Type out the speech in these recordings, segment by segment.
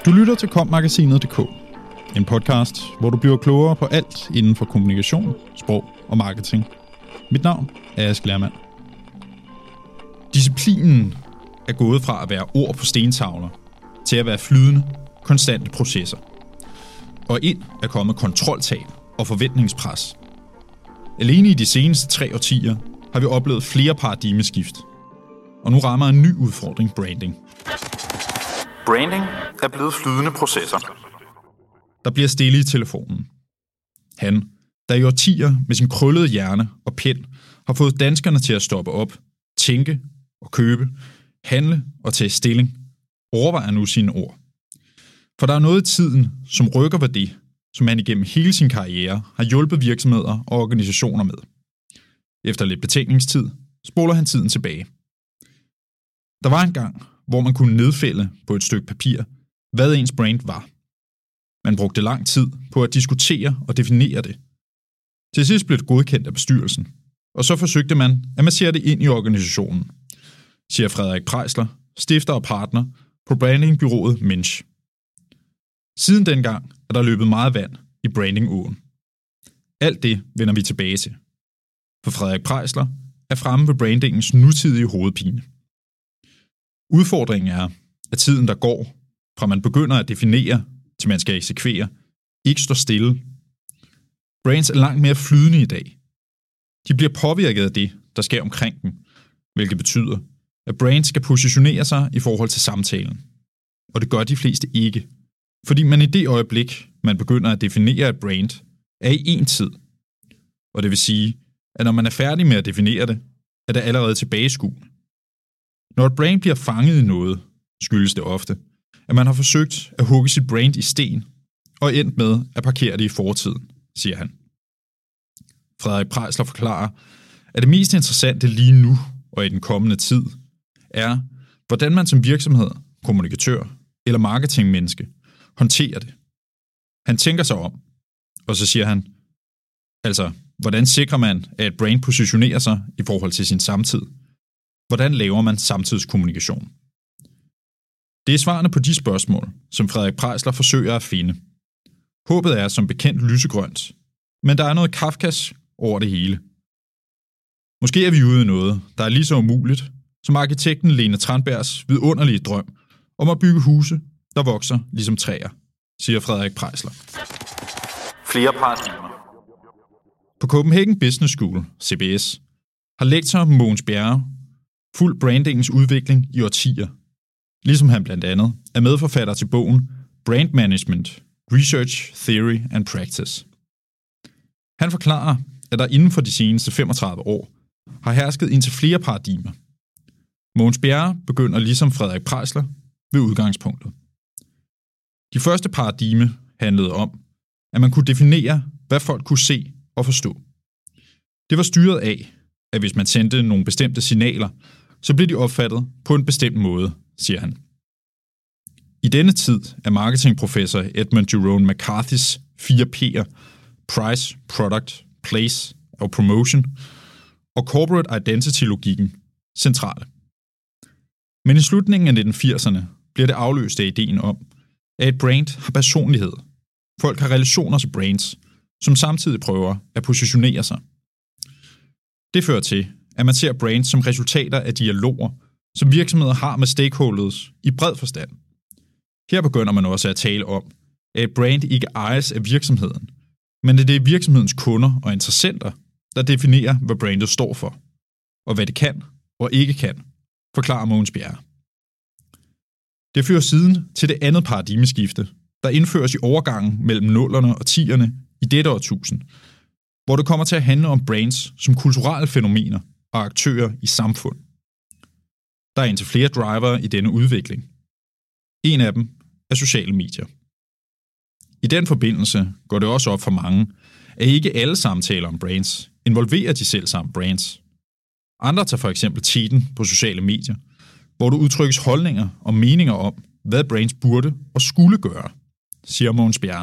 Du lytter til Kom-magasinet.dk, en podcast, hvor du bliver klogere på alt inden for kommunikation, sprog og marketing. Mit navn er Ask Lermand. Disciplinen er gået fra at være ord på stentavler til at være flydende, konstante processer. Og ind er kommet kontroltab og forventningspres. Alene i de seneste 3 årtier har vi oplevet flere paradigmeskift. Og nu rammer en ny udfordring branding. Branding er blevet flydende processer. Der bliver stille i telefonen. Han, der i årtier med sin krøllede hjerne og pen har fået danskerne til at stoppe op, tænke og købe, handle og tage stilling, overvejer nu sine ord. For der er noget i tiden, som rykker ved det, som han igennem hele sin karriere har hjulpet virksomheder og organisationer med. Efter lidt betænkningstid spoler han tiden tilbage. Der var en gang, hvor man kunne nedfælde på et stykke papir, hvad ens brand var. Man brugte lang tid på at diskutere og definere det. Til sidst blev det godkendt af bestyrelsen, og så forsøgte man at massere det ind i organisationen, siger Frederik Preisler, stifter og partner på brandingbyrået Mensch. Siden dengang er der løbet meget vand i brandingåen. Alt det vender vi tilbage til. For Frederik Preisler er fremme ved brandingens nutidige hovedpine. Udfordringen er, at tiden, der går, fra man begynder at definere, til man skal eksekvere, ikke står stille. Brands er langt mere flydende i dag. De bliver påvirket af det, der sker omkring dem, hvilket betyder, at brands skal positionere sig i forhold til samtalen. Og det gør de fleste ikke, fordi man i det øjeblik, man begynder at definere et brand, er i én tid. Og det vil sige, at når man er færdig med at definere det, er det allerede tilbageskuende. Når et brand bliver fanget i noget, skyldes det ofte, at man har forsøgt at hugge sit brand i sten og endt med at parkere det i fortiden, siger han. Frederik Preisler forklarer, at det mest interessante lige nu og i den kommende tid er, hvordan man som virksomhed, kommunikatør eller marketingmenneske håndterer det. Han tænker sig om, og så siger han, altså, hvordan sikrer man, at et brand positionerer sig i forhold til sin samtid? Hvordan laver man samtidskommunikation? Det er svarene på de spørgsmål, som Frederik Preisler forsøger at finde. Håbet er som bekendt lysegrønt, men der er noget Kafkas over det hele. Måske er vi ude i noget, der er lige så umuligt, som arkitekten Lene Tranbergs vidunderlige drøm om at bygge huse, der vokser ligesom træer, siger Frederik Preisler. Flere paradigmer. På Copenhagen Business School, CBS, har lektor Mogens Bjerre fulgt brandingens udvikling i årtier, ligesom han blandt andet er medforfatter til bogen Brand Management, Research, Theory and Practice. Han forklarer, at der inden for de seneste 35 år har hersket indtil flere paradigmer. Mogens Bjerre begynder ligesom Frederik Preisler ved udgangspunktet. De første paradigme handlede om, at man kunne definere, hvad folk kunne se og forstå. Det var styret af, at hvis man sendte nogle bestemte signaler, så blev de opfattet på en bestemt måde, siger han. I denne tid er marketingprofessor Edmund Jerome McCarthys 4 P'er, Price, Product, Place og Promotion, og Corporate Identity-logikken centrale. Men i slutningen af 1980'erne bliver det afløst af ideen om, at et brand har personlighed. Folk har relationer til brands, som samtidig prøver at positionere sig. Det fører til, at man ser brands som resultater af dialoger, som virksomheder har med stakeholders i bred forstand. Her begynder man også at tale om, at et brand ikke ejes af virksomheden, men at det er virksomhedens kunder og interessenter, der definerer, hvad brandet står for, og hvad det kan og ikke kan, forklarer Mogens Bjerre. Det fører siden til det andet paradigmeskifte, der indføres i overgangen mellem 0'erne og 10'erne i dette årtusind, hvor det kommer til at handle om brands som kulturelle fænomener og aktører i samfund. Der er indtil flere driver i denne udvikling. En af dem er sociale medier. I den forbindelse går det også op for mange, at ikke alle samtaler om brands involverer de selv samme brands. Andre tager for eksempel teten på sociale medier, hvor der udtrykkes holdninger og meninger om, hvad brands burde og skulle gøre, siger Mogens Bjerre.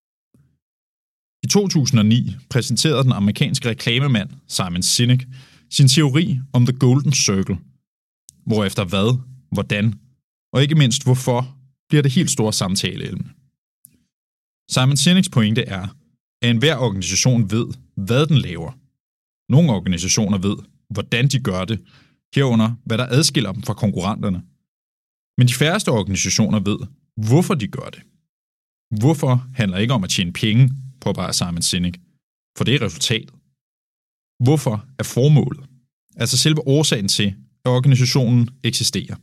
I 2009 præsenterede den amerikanske reklamemand Simon Sinek sin teori om The Golden Circle, hvorefter hvad, hvordan og ikke mindst hvorfor bliver det helt store samtaleemne. Simon Sinek's pointe er, at enhver organisation ved, hvad den laver. Nogle organisationer ved, hvordan de gør det, herunder hvad der adskiller dem fra konkurrenterne. Men de færreste organisationer ved, hvorfor de gør det. Hvorfor handler ikke om at tjene penge, påpeger Simon Sinek, for det er resultatet. Hvorfor er formålet, altså selve årsagen til, at organisationen eksisterer.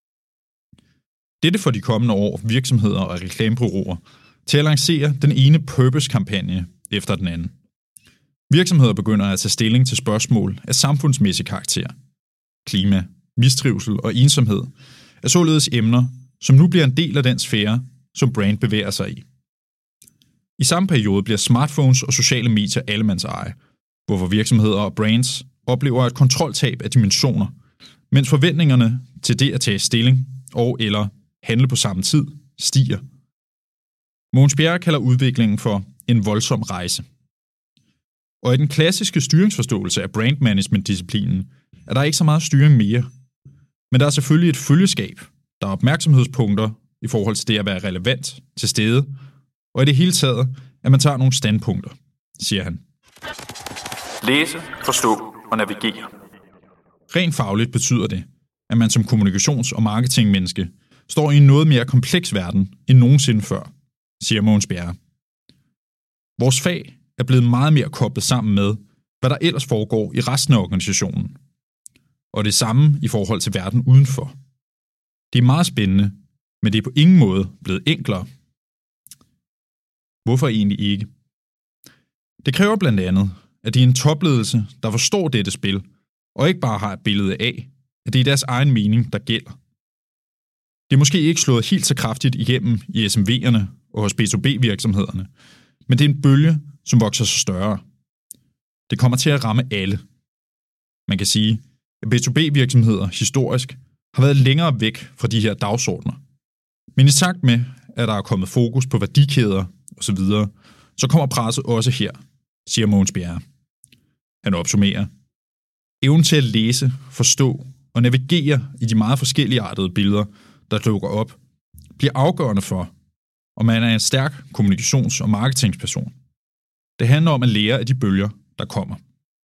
Dette får de kommende år virksomheder og reklamebureauer til at lancere den ene purpose-kampagne efter den anden. Virksomheder begynder at tage stilling til spørgsmål af samfundsmæssig karakter. Klima, mistrivsel og ensomhed er således emner, som nu bliver en del af den sfære, som brand bevæger sig i. I samme periode bliver smartphones og sociale medier allemands eje, hvorfor virksomheder og brands oplever et kontroltab af dimensioner, mens forventningerne til det at tage stilling og eller handle på samme tid stiger. Mogens Bjerre kalder udviklingen for en voldsom rejse. Og i den klassiske styringsforståelse af brandmanagement-disciplinen er der ikke så meget styring mere. Men der er selvfølgelig et følgeskab, der er opmærksomhedspunkter i forhold til det at være relevant til stede, og i det hele taget, at man tager nogle standpunkter, siger han. Læse, forstå og navigere. Rent fagligt betyder det, at man som kommunikations- og marketingmenneske står i en noget mere kompleks verden end nogensinde før, siger Mogens Bjerre. Vores fag er blevet meget mere koblet sammen med, hvad der ellers foregår i resten af organisationen. Og det samme i forhold til verden udenfor. Det er meget spændende, men det er på ingen måde blevet enklere. Hvorfor egentlig ikke? Det kræver blandt andet, at det er en topledelse, der forstår dette spil, og ikke bare har et billede af, at det er deres egen mening, der gælder. Det er måske ikke slået helt så kraftigt igennem i SMV'erne og hos B2B-virksomhederne, men det er en bølge, som vokser sig større. Det kommer til at ramme alle. Man kan sige, at B2B-virksomheder historisk har været længere væk fra de her dagsordner. Men i takt med, at der er kommet fokus på værdikæder osv., så kommer presset også her, siger Mogens Bjerre. Han opsummerer. Evnen til at læse, forstå og navigere i de meget forskellige artede billeder, der dukker op, bliver afgørende for, om man er en stærk kommunikations- og marketingsperson. Det handler om at lære af de bølger, der kommer.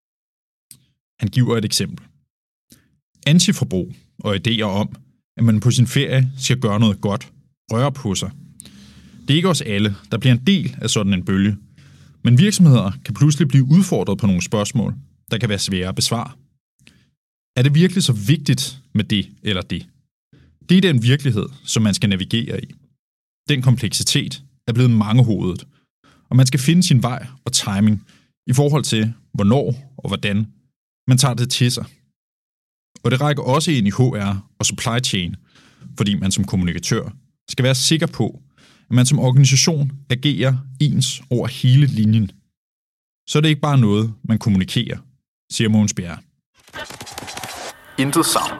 Han giver et eksempel. Antiforbrug og idéer om, at man på sin ferie skal gøre noget godt, røre på sig. Det er ikke os alle, der bliver en del af sådan en bølge, men virksomheder kan pludselig blive udfordret på nogle spørgsmål, der kan være svære at besvare. Er det virkelig så vigtigt med det eller det? Det er den virkelighed, som man skal navigere i. Den kompleksitet er blevet mangehovedet, og man skal finde sin vej og timing i forhold til, hvornår og hvordan man tager det til sig. Og det rækker også ind i HR og supply chain, fordi man som kommunikatør skal være sikker på, at man som organisation agerer ens over hele linjen. Så er det ikke bare noget, man kommunikerer, siger Mogens Bjerre. Intet savn.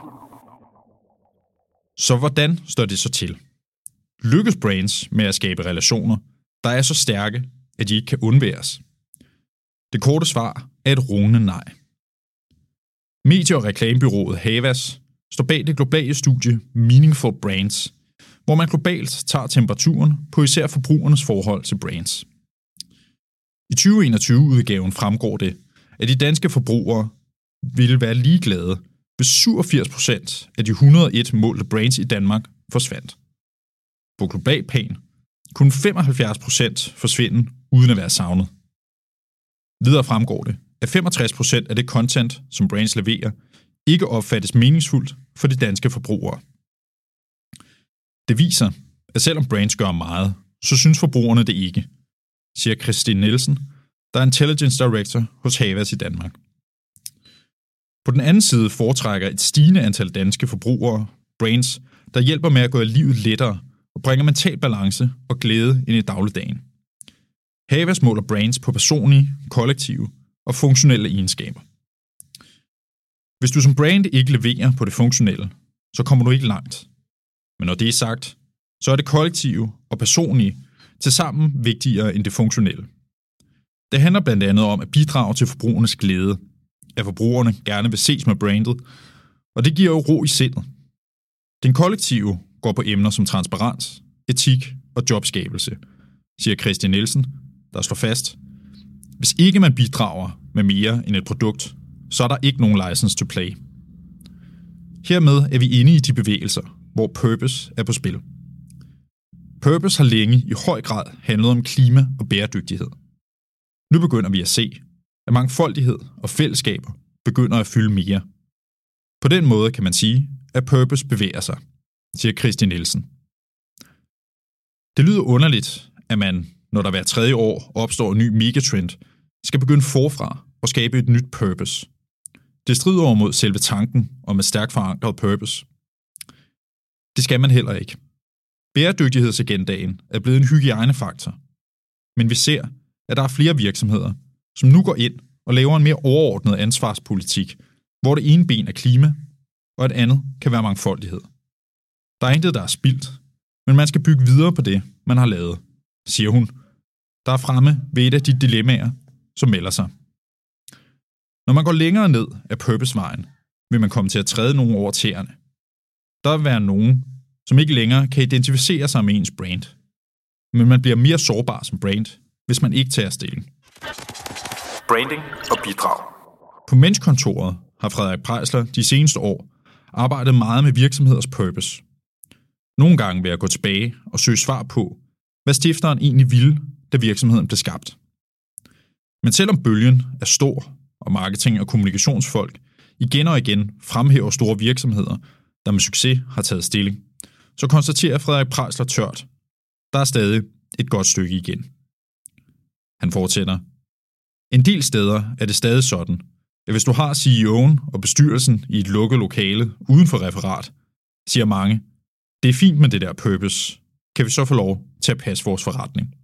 Så hvordan står det så til? Lykkes brands med at skabe relationer, der er så stærke, at de ikke kan undværes? Det korte svar er et rungende nej. Medie- og reklamebureauet Havas står bag det globale studie Meaningful Brands, hvor man globalt tager temperaturen på især forbrugernes forhold til brands. I 2021-udgaven fremgår det, at de danske forbrugere ville være ligeglade, hvis 87% af de 101 målte brands i Danmark forsvandt. På global plan kunne 75% forsvinde uden at være savnet. Videre fremgår det, at 65% af det content, som brands leverer, ikke opfattes meningsfuldt for de danske forbrugere. Det viser, at selvom brands gør meget, så synes forbrugerne det ikke, siger Christine Nielsen, der er Intelligence Director hos Havas i Danmark. På den anden side foretrækker et stigende antal danske forbrugere brands, der hjælper med at gøre livet lettere og bringer mental balance og glæde ind i dagligdagen. Havas måler brands på personlige, kollektive og funktionelle egenskaber. Hvis du som brand ikke leverer på det funktionelle, så kommer du ikke langt. Men når det er sagt, så er det kollektive og personlige tilsammen vigtigere end det funktionelle. Det handler blandt andet om at bidrage til forbrugernes glæde, at forbrugerne gerne vil ses med brandet, og det giver jo ro i sindet. Den kollektive går på emner som transparens, etik og jobskabelse, siger Christian Nielsen, der slår fast: hvis ikke man bidrager med mere end et produkt, så er der ikke nogen license to play. Hermed er vi inde i de bevægelser, hvor purpose er på spil. Purpose har længe i høj grad handlet om klima og bæredygtighed. Nu begynder vi at se, at mangfoldighed og fællesskaber begynder at fylde mere. På den måde kan man sige, at purpose bevæger sig, siger Christian Nielsen. Det lyder underligt, at man, når der hver tredje år opstår en ny megatrend, skal begynde forfra og skabe et nyt purpose. Det strider over mod selve tanken om et stærkt forankret purpose. Det skal man heller ikke. Bæredygtighedsagendaen er blevet en hygiejnefaktor. Men vi ser, at der er flere virksomheder, som nu går ind og laver en mere overordnet ansvarspolitik, hvor det ene ben er klima, og et andet kan være mangfoldighed. Der er intet, der er spildt, men man skal bygge videre på det, man har lavet, siger hun, der er fremme ved et af de dilemmaer, som melder sig. Når man går længere ned af purpose-vejen, vil man komme til at træde nogen over tæerne. Der vil være nogen, som ikke længere kan identificere sig med ens brand. Men man bliver mere sårbar som brand, hvis man ikke tager stilling. Branding og bidrag. På Mensch-kontoret har Frederik Preisler de seneste år arbejdet meget med virksomheders purpose. Nogle gange vil jeg gå tilbage og søge svar på, hvad stifteren egentlig ville, da virksomheden blev skabt. Men selvom bølgen er stor, og marketing- og kommunikationsfolk igen og igen fremhæver store virksomheder, der med succes har taget stilling, så konstaterer Frederik Preisler tørt: der er stadig et godt stykke igen. Han fortsætter: en del steder er det stadig sådan, at hvis du har CEO'en og bestyrelsen i et lukket lokale uden for referat, siger mange, det er fint med det der purpose, kan vi så få lov til at passe vores forretning?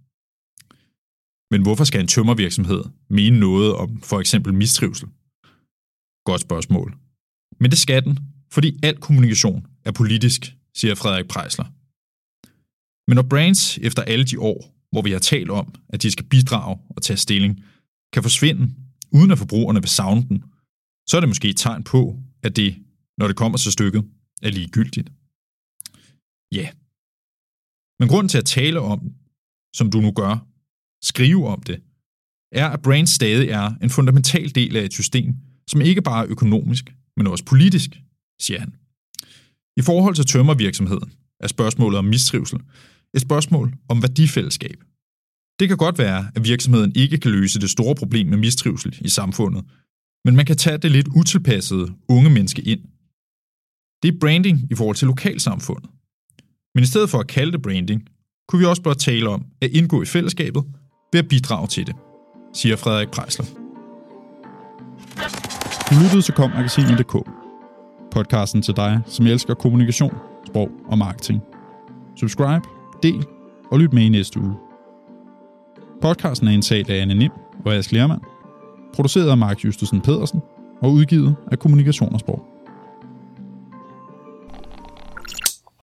Men hvorfor skal en tømmervirksomhed mene noget om for eksempel mistrivsel? Godt spørgsmål. Men det skal den, fordi al kommunikation er politisk, siger Frederik Preisler. Men når brands efter alle de år, hvor vi har talt om, at de skal bidrage og tage stilling, kan forsvinde, uden at forbrugerne vil savne den, så er det måske et tegn på, at det, når det kommer til stykket, er ligegyldigt. Ja. Men grunden til at tale om, som du nu gør, skrive om det, er, at brands stadig er en fundamental del af et system, som ikke bare er økonomisk, men også politisk, siger han. I forhold til tømmervirksomheden er spørgsmålet om mistrivsel et spørgsmål om værdifællesskab. Det kan godt være, at virksomheden ikke kan løse det store problem med mistrivsel i samfundet, men man kan tage det lidt utilpassede unge menneske ind. Det er branding i forhold til lokalsamfundet. Men i stedet for at kalde det branding, kunne vi også blot tale om at indgå i fællesskabet ved at bidrage til det, siger Frederik Preisler. Du lyttede til KOM-magasinet.dk, podcasten til dig, som elsker kommunikation, sprog og marketing. Subscribe, del og lyt med i næste uge. Podcasten er indtalt af Anne Nim og Ask Lermand, produceret af Mark Justesen Pedersen og udgivet af Kommunikation og Sprog.